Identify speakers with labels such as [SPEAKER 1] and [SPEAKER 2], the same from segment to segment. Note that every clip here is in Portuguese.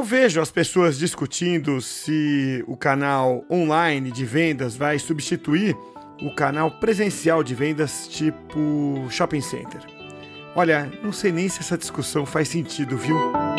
[SPEAKER 1] vejo as pessoas discutindo se o canal online de vendas vai substituir o canal presencial de vendas tipo shopping center. Olha, não sei nem se essa discussão faz sentido, viu?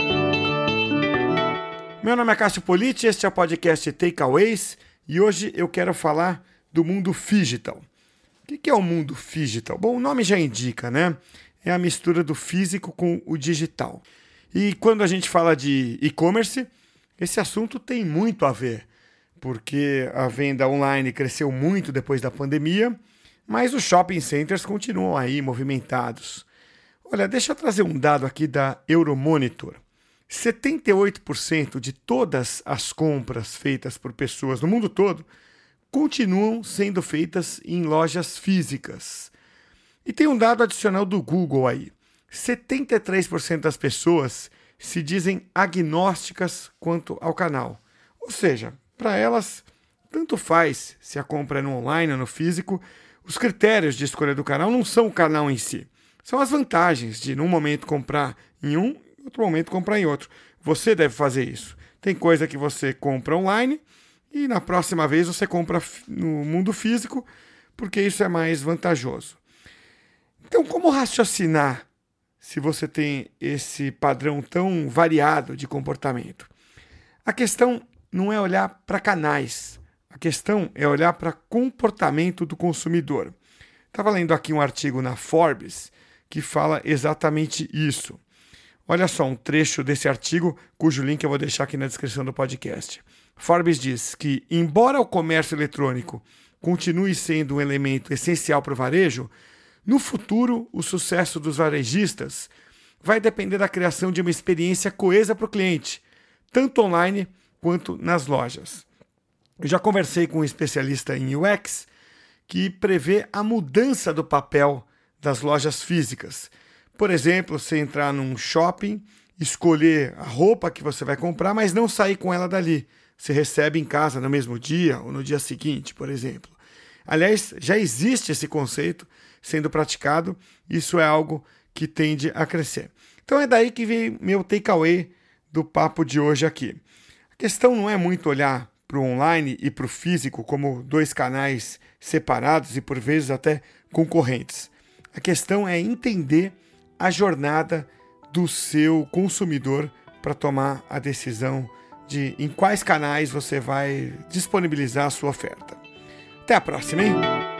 [SPEAKER 1] Meu nome é Cássio Politi, este é o podcast Takeaways e hoje eu quero falar do mundo phygital. O que é o mundo phygital? Bom, o nome já indica, né? É a mistura do físico com o digital. E quando a gente fala de e-commerce, esse assunto tem muito a ver, porque a venda online cresceu muito depois da pandemia, mas os shopping centers continuam aí movimentados. Olha, deixa eu trazer um dado aqui da Euromonitor. 78% de todas as compras feitas por pessoas no mundo todo continuam sendo feitas em lojas físicas. E tem um dado adicional do Google aí. 73% das pessoas se dizem agnósticas quanto ao canal. Ou seja, para elas, tanto faz se a compra é no online ou no físico, os critérios de escolha do canal não são o canal em si. São as vantagens de, num momento, comprar em um, em outro momento, comprar em outro. Você deve fazer isso. Tem coisa que você compra online e na próxima vez você compra no mundo físico, porque isso é mais vantajoso. Então, como raciocinar se você tem esse padrão tão variado de comportamento? A questão não é olhar para canais, a questão é olhar para comportamento do consumidor. Estava lendo aqui um artigo na Forbes que fala exatamente isso. Olha só um trecho desse artigo, cujo link eu vou deixar aqui na descrição do podcast. Forbes diz que, embora o comércio eletrônico continue sendo um elemento essencial para o varejo, no futuro, o sucesso dos varejistas vai depender da criação de uma experiência coesa para o cliente, tanto online quanto nas lojas. Eu já conversei com um especialista em UX que prevê a mudança do papel das lojas físicas. Por exemplo, você entrar num shopping, escolher a roupa que você vai comprar, mas não sair com ela dali. Você recebe em casa no mesmo dia ou no dia seguinte, por exemplo. Aliás, já existe esse conceito sendo praticado, isso é algo que tende a crescer. Então é daí que vem meu takeaway do papo de hoje aqui. A questão não é muito olhar para o online e para o físico como dois canais separados e por vezes até concorrentes. A questão é entender a jornada do seu consumidor para tomar a decisão de em quais canais você vai disponibilizar a sua oferta. Até a próxima, hein?